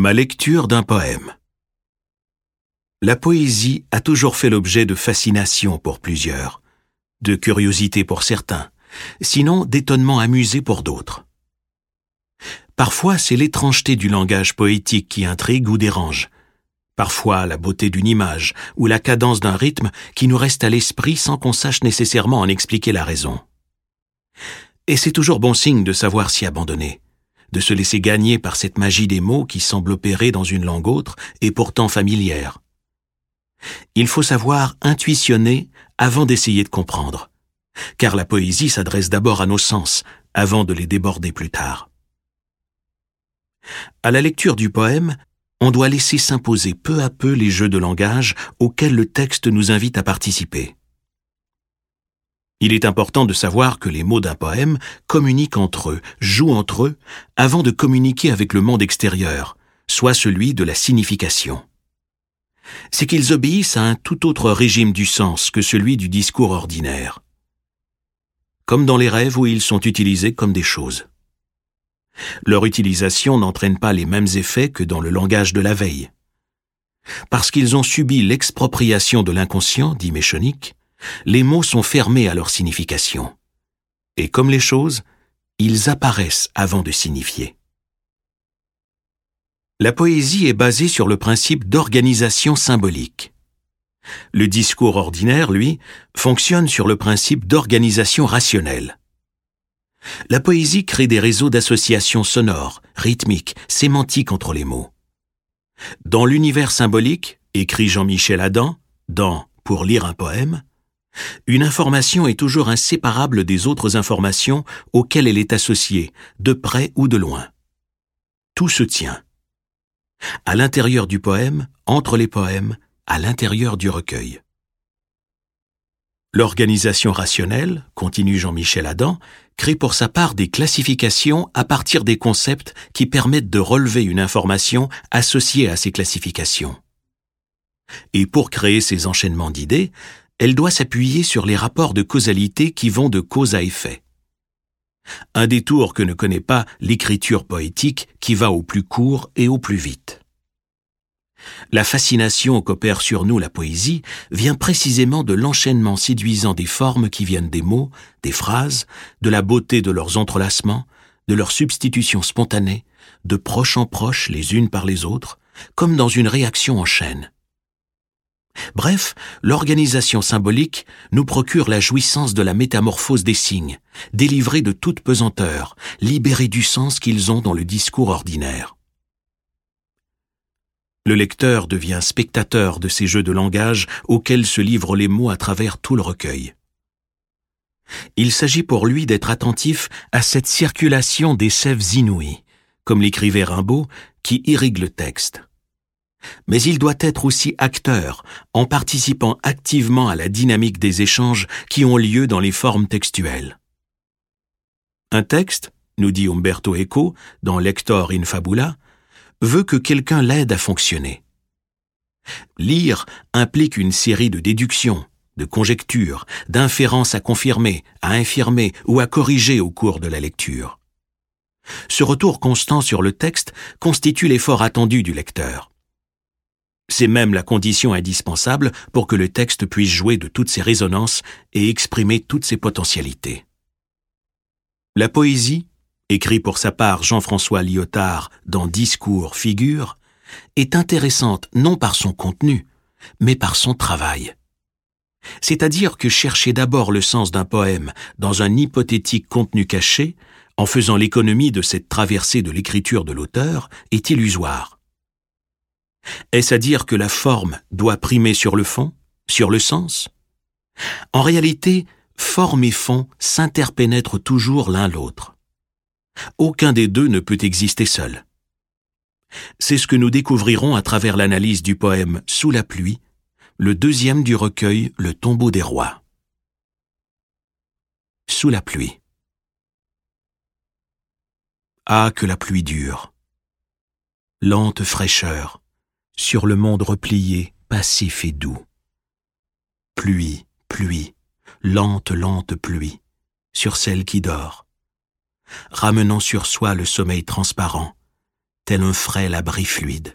Ma lecture d'un poème. La poésie a toujours fait l'objet de fascination pour plusieurs, de curiosité pour certains, sinon d'étonnement amusé pour d'autres. Parfois, c'est l'étrangeté du langage poétique qui intrigue ou dérange. Parfois, la beauté d'une image ou la cadence d'un rythme qui nous reste à l'esprit sans qu'on sache nécessairement en expliquer la raison. Et c'est toujours bon signe de savoir s'y abandonner, de se laisser gagner par cette magie des mots qui semble opérer dans une langue autre et pourtant familière. Il faut savoir intuitionner avant d'essayer de comprendre, car la poésie s'adresse d'abord à nos sens avant de les déborder plus tard. À la lecture du poème, on doit laisser s'imposer peu à peu les jeux de langage auxquels le texte nous invite à participer. Il est important de savoir que les mots d'un poème communiquent entre eux, jouent entre eux, avant de communiquer avec le monde extérieur, soit celui de la signification. C'est qu'ils obéissent à un tout autre régime du sens que celui du discours ordinaire. Comme dans les rêves où ils sont utilisés comme des choses. Leur utilisation n'entraîne pas les mêmes effets que dans le langage de la veille. Parce qu'ils ont subi l'expropriation de l'inconscient, dit Méchonic, les mots sont fermés à leur signification. Et comme les choses, ils apparaissent avant de signifier. La poésie est basée sur le principe d'organisation symbolique. Le discours ordinaire, lui, fonctionne sur le principe d'organisation rationnelle. La poésie crée des réseaux d'associations sonores, rythmiques, sémantiques entre les mots. Dans l'univers symbolique, écrit Jean-Michel Adam, dans « Pour lire un poème », une information est toujours inséparable des autres informations auxquelles elle est associée, de près ou de loin. Tout se tient. À l'intérieur du poème, entre les poèmes, à l'intérieur du recueil. L'organisation rationnelle, continue Jean-Michel Adam, crée pour sa part des classifications à partir des concepts qui permettent de relever une information associée à ces classifications. Et pour créer ces enchaînements d'idées, elle doit s'appuyer sur les rapports de causalité qui vont de cause à effet. Un détour que ne connaît pas l'écriture poétique qui va au plus court et au plus vite. La fascination qu'opère sur nous la poésie vient précisément de l'enchaînement séduisant des formes qui viennent des mots, des phrases, de la beauté de leurs entrelacements, de leur substitution spontanée, de proche en proche les unes par les autres, comme dans une réaction en chaîne. Bref, l'organisation symbolique nous procure la jouissance de la métamorphose des signes, délivrés de toute pesanteur, libérés du sens qu'ils ont dans le discours ordinaire. Le lecteur devient spectateur de ces jeux de langage auxquels se livrent les mots à travers tout le recueil. Il s'agit pour lui d'être attentif à cette circulation des sèves inouïes, comme l'écrivait Rimbaud, qui irrigue le texte. Mais il doit être aussi acteur, en participant activement à la dynamique des échanges qui ont lieu dans les formes textuelles. Un texte, nous dit Umberto Eco, dans Lector in Fabula, veut que quelqu'un l'aide à fonctionner. Lire implique une série de déductions, de conjectures, d'inférences à confirmer, à infirmer ou à corriger au cours de la lecture. Ce retour constant sur le texte constitue l'effort attendu du lecteur. C'est même la condition indispensable pour que le texte puisse jouer de toutes ses résonances et exprimer toutes ses potentialités. La poésie, écrit pour sa part Jean-François Lyotard dans Discours, figure, est intéressante non par son contenu, mais par son travail. C'est-à-dire que chercher d'abord le sens d'un poème dans un hypothétique contenu caché, en faisant l'économie de cette traversée de l'écriture de l'auteur, est illusoire. Est-ce à dire que la forme doit primer sur le fond, sur le sens ? En réalité, forme et fond s'interpénètrent toujours l'un l'autre. Aucun des deux ne peut exister seul. C'est ce que nous découvrirons à travers l'analyse du poème Sous la pluie, le deuxième du recueil Le tombeau des rois. Sous la pluie. Ah, que la pluie dure. Lente fraîcheur, sur le monde replié, passif et doux. Pluie, pluie, lente, lente pluie, sur celle qui dort, ramenant sur soi le sommeil transparent, tel un frêle abri fluide.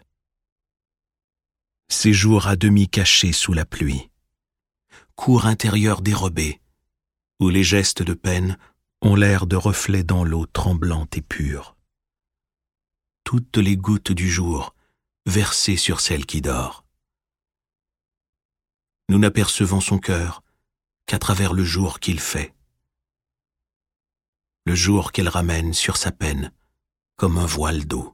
Séjour à demi caché sous la pluie, cour intérieure dérobée, où les gestes de peine ont l'air de reflets dans l'eau tremblante et pure. Toutes les gouttes du jour versées sur celle qui dort. Nous n'apercevons son cœur qu'à travers le jour qu'il fait. Le jour qu'elle ramène sur sa peine comme un voile d'eau.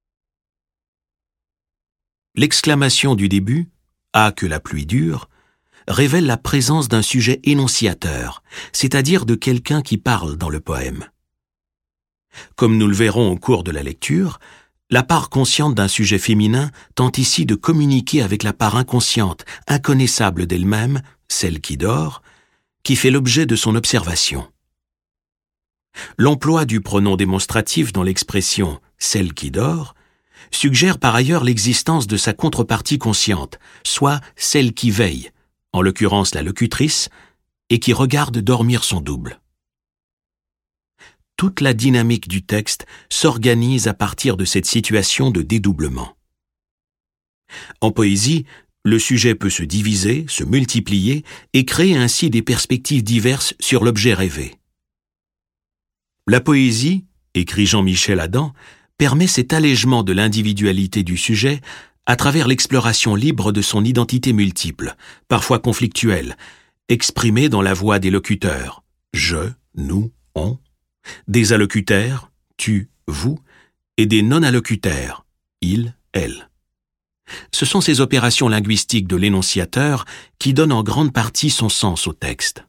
L'exclamation du début, « Ah, que la pluie dure », révèle la présence d'un sujet énonciateur, c'est-à-dire de quelqu'un qui parle dans le poème. Comme nous le verrons au cours de la lecture, la part consciente d'un sujet féminin tente ici de communiquer avec la part inconsciente, inconnaissable d'elle-même, celle qui dort, qui fait l'objet de son observation. L'emploi du pronom démonstratif dans l'expression « celle qui dort » suggère par ailleurs l'existence de sa contrepartie consciente, soit celle qui veille, en l'occurrence la locutrice, et qui regarde dormir son double. Toute la dynamique du texte s'organise à partir de cette situation de dédoublement. En poésie, le sujet peut se diviser, se multiplier et créer ainsi des perspectives diverses sur l'objet rêvé. La poésie, écrit Jean-Michel Adam, permet cet allègement de l'individualité du sujet à travers l'exploration libre de son identité multiple, parfois conflictuelle, exprimée dans la voix des locuteurs, je, nous, on, des allocutaires, tu, vous, et des non-allocutaires, il, elle. Ce sont ces opérations linguistiques de l'énonciateur qui donnent en grande partie son sens au texte.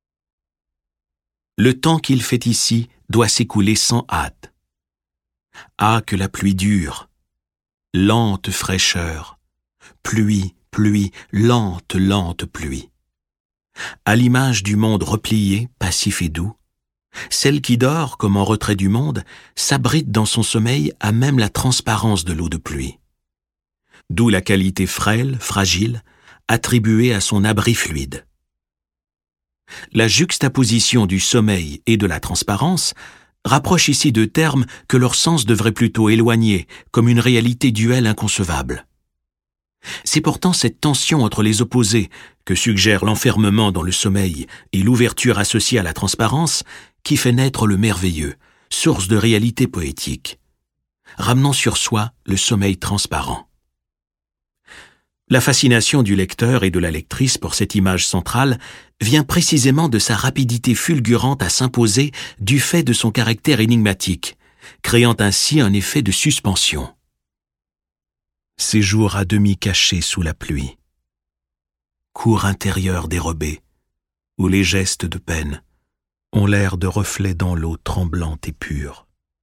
Le temps qu'il fait ici doit s'écouler sans hâte. Ah, que la pluie dure, lente fraîcheur, pluie, pluie, lente, lente pluie. À l'image du monde replié, passif et doux, celle qui dort, comme en retrait du monde, s'abrite dans son sommeil à même la transparence de l'eau de pluie. D'où la qualité frêle, fragile, attribuée à son abri fluide. La juxtaposition du sommeil et de la transparence rapproche ici deux termes que leur sens devrait plutôt éloigner, comme une réalité duelle inconcevable. C'est pourtant cette tension entre les opposés que suggère l'enfermement dans le sommeil et l'ouverture associée à la transparence qui fait naître le merveilleux, source de réalité poétique, ramenant sur soi le sommeil transparent. La fascination du lecteur et de la lectrice pour cette image centrale vient précisément de sa rapidité fulgurante à s'imposer du fait de son caractère énigmatique, créant ainsi un effet de suspension. Séjour à demi caché sous la pluie. Cour intérieure dérobée, où les gestes de peine ont l'air de reflets dans l'eau tremblante et pure.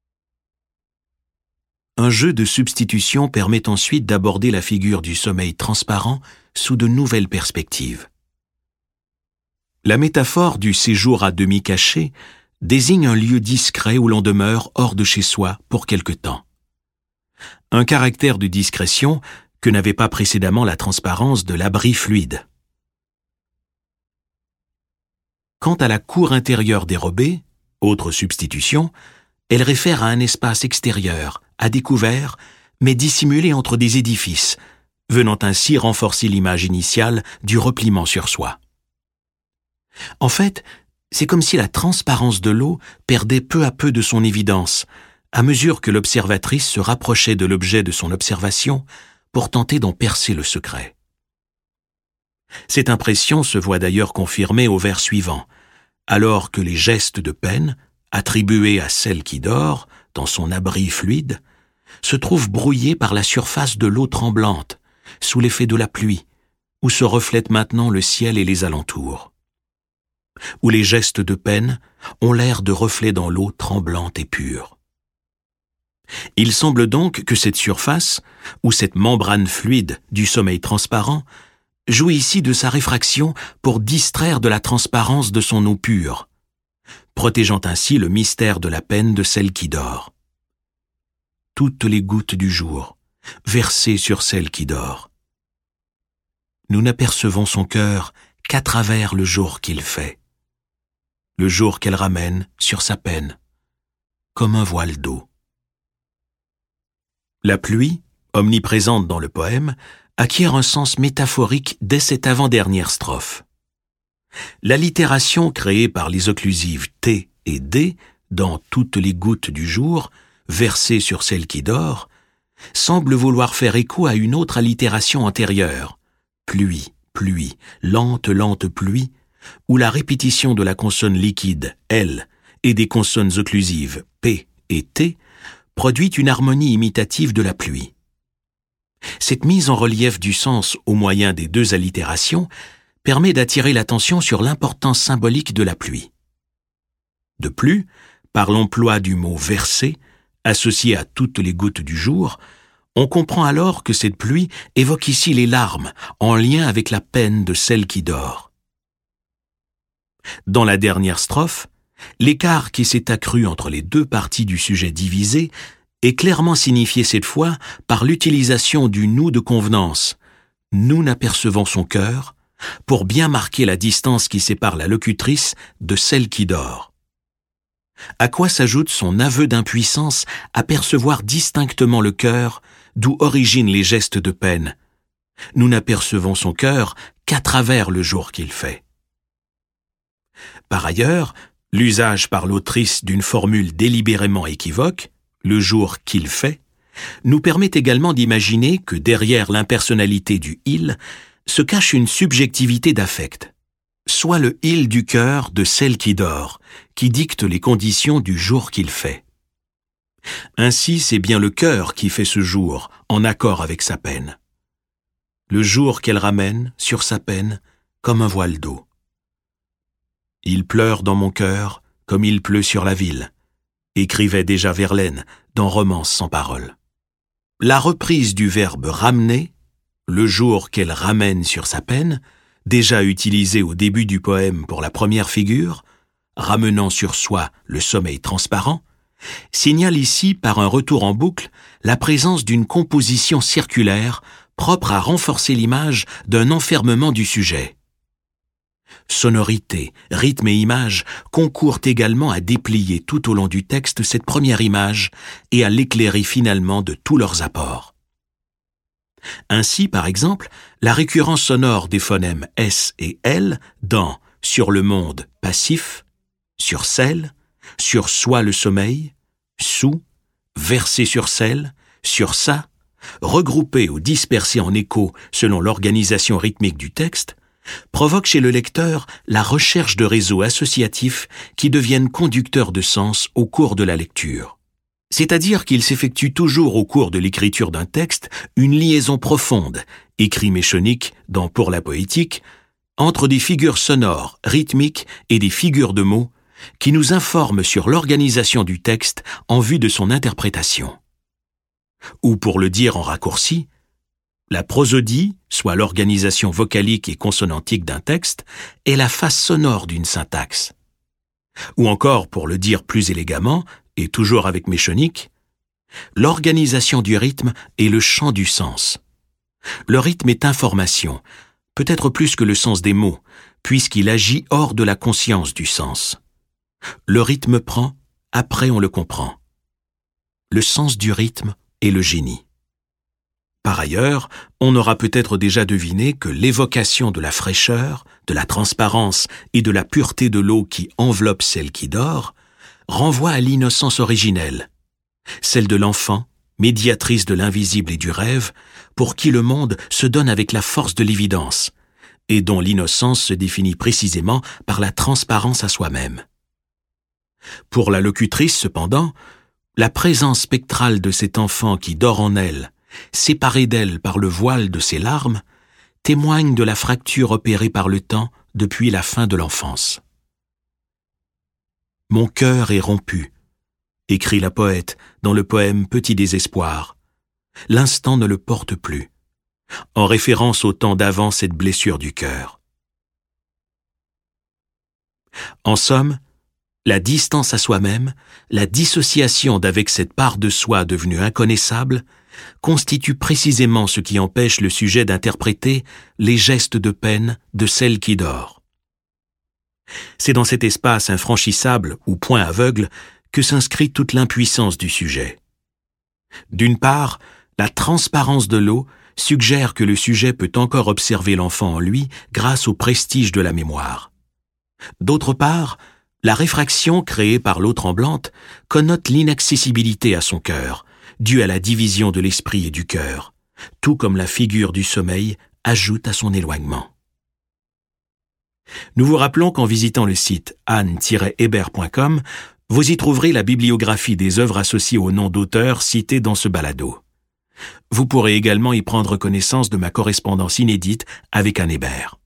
Un jeu de substitution permet ensuite d'aborder la figure du sommeil transparent sous de nouvelles perspectives. La métaphore du séjour à demi caché désigne un lieu discret où l'on demeure hors de chez soi pour quelque temps. Un caractère de discrétion que n'avait pas précédemment la transparence de l'abri fluide. Quant à la cour intérieure dérobée, autre substitution, elle réfère à un espace extérieur, à découvert, mais dissimulé entre des édifices, venant ainsi renforcer l'image initiale du repliement sur soi. En fait, c'est comme si la transparence de l'eau perdait peu à peu de son évidence, à mesure que l'observatrice se rapprochait de l'objet de son observation pour tenter d'en percer le secret. Cette impression se voit d'ailleurs confirmée au vers suivant, alors que les gestes de peine, attribués à celle qui dort, dans son abri fluide, se trouvent brouillés par la surface de l'eau tremblante, sous l'effet de la pluie, où se reflètent maintenant le ciel et les alentours. Où les gestes de peine ont l'air de reflets dans l'eau tremblante et pure. Il semble donc que cette surface, ou cette membrane fluide du sommeil transparent, joue ici de sa réfraction pour distraire de la transparence de son eau pure, protégeant ainsi le mystère de la peine de celle qui dort. Toutes les gouttes du jour, versées sur celle qui dort. Nous n'apercevons son cœur qu'à travers le jour qu'il fait, le jour qu'elle ramène sur sa peine, comme un voile d'eau. La pluie, omniprésente dans le poème, acquiert un sens métaphorique dès cette avant-dernière strophe. L'allitération créée par les occlusives T et D dans toutes les gouttes du jour, versées sur celle qui dort, semble vouloir faire écho à une autre allitération antérieure, pluie, pluie, lente, lente pluie, où la répétition de la consonne liquide L et des consonnes occlusives P et T produit une harmonie imitative de la pluie. Cette mise en relief du sens au moyen des deux allitérations permet d'attirer l'attention sur l'importance symbolique de la pluie. De plus, par l'emploi du mot « verser », associé à toutes les gouttes du jour, on comprend alors que cette pluie évoque ici les larmes en lien avec la peine de celle qui dort. Dans la dernière strophe, l'écart qui s'est accru entre les deux parties du sujet divisé est clairement signifié cette fois par l'utilisation du « nous » de convenance. Nous n'apercevons son cœur, pour bien marquer la distance qui sépare la locutrice de celle qui dort. À quoi s'ajoute son aveu d'impuissance à percevoir distinctement le cœur, d'où originent les gestes de peine. Nous n'apercevons son cœur qu'à travers le jour qu'il fait. Par ailleurs, l'usage par l'autrice d'une formule délibérément équivoque, le jour qu'il fait, nous permet également d'imaginer que derrière l'impersonnalité du « il » se cache une subjectivité d'affect, soit le « il » du cœur de celle qui dort, qui dicte les conditions du jour qu'il fait. Ainsi, c'est bien le cœur qui fait ce jour, en accord avec sa peine. Le jour qu'elle ramène, sur sa peine, comme un voile d'eau. Il pleure dans mon cœur, comme il pleut sur la ville, écrivait déjà Verlaine dans Romance sans parole. La reprise du verbe ramener, le jour qu'elle ramène sur sa peine, déjà utilisé au début du poème pour la première figure, ramenant sur soi le sommeil transparent, signale ici par un retour en boucle la présence d'une composition circulaire propre à renforcer l'image d'un enfermement du sujet. Sonorité, rythme et image concourent également à déplier tout au long du texte cette première image et à l'éclairer finalement de tous leurs apports. Ainsi, par exemple, la récurrence sonore des phonèmes S et L dans « sur le monde » passif, « sur celle », « sur soi le sommeil »,« sous »,« versé sur celle »,« sur ça », regroupés ou dispersés en écho selon l'organisation rythmique du texte, provoque chez le lecteur la recherche de réseaux associatifs qui deviennent conducteurs de sens au cours de la lecture. C'est-à-dire qu'il s'effectue toujours au cours de l'écriture d'un texte une liaison profonde, écrit Méchonic dans Pour la poétique, entre des figures sonores, rythmiques et des figures de mots qui nous informent sur l'organisation du texte en vue de son interprétation. Ou pour le dire en raccourci, la prosodie, soit l'organisation vocalique et consonantique d'un texte, est la face sonore d'une syntaxe. Ou encore, pour le dire plus élégamment, et toujours avec Méchonic, l'organisation du rythme est le champ du sens. Le rythme est information, peut-être plus que le sens des mots, puisqu'il agit hors de la conscience du sens. Le rythme prend, après on le comprend. Le sens du rythme est le génie. Par ailleurs, on aura peut-être déjà deviné que l'évocation de la fraîcheur, de la transparence et de la pureté de l'eau qui enveloppe celle qui dort renvoie à l'innocence originelle, celle de l'enfant, médiatrice de l'invisible et du rêve, pour qui le monde se donne avec la force de l'évidence, et dont l'innocence se définit précisément par la transparence à soi-même. Pour la locutrice, cependant, la présence spectrale de cet enfant qui dort en elle, séparé d'elle par le voile de ses larmes, témoigne de la fracture opérée par le temps depuis la fin de l'enfance. « Mon cœur est rompu », écrit la poète dans le poème Petit désespoir. L'instant ne le porte plus, en référence au temps d'avant cette blessure du cœur. En somme, la distance à soi-même, la dissociation d'avec cette part de soi devenue inconnaissable, constitue précisément ce qui empêche le sujet d'interpréter les gestes de peine de celle qui dort. C'est dans cet espace infranchissable ou point aveugle que s'inscrit toute l'impuissance du sujet. D'une part, La transparence de l'eau suggère que le sujet peut encore observer l'enfant en lui grâce au prestige de la mémoire. D'autre part, la réfraction créée par l'eau tremblante connote l'inaccessibilité à son cœur, due à la division de l'esprit et du cœur, tout comme la figure du sommeil ajoute à son éloignement. Nous vous rappelons qu'en visitant le site anne-hébert.com, vous y trouverez la bibliographie des œuvres associées aux noms d'auteurs cités dans ce balado. Vous pourrez également y prendre connaissance de ma correspondance inédite avec Anne Hébert.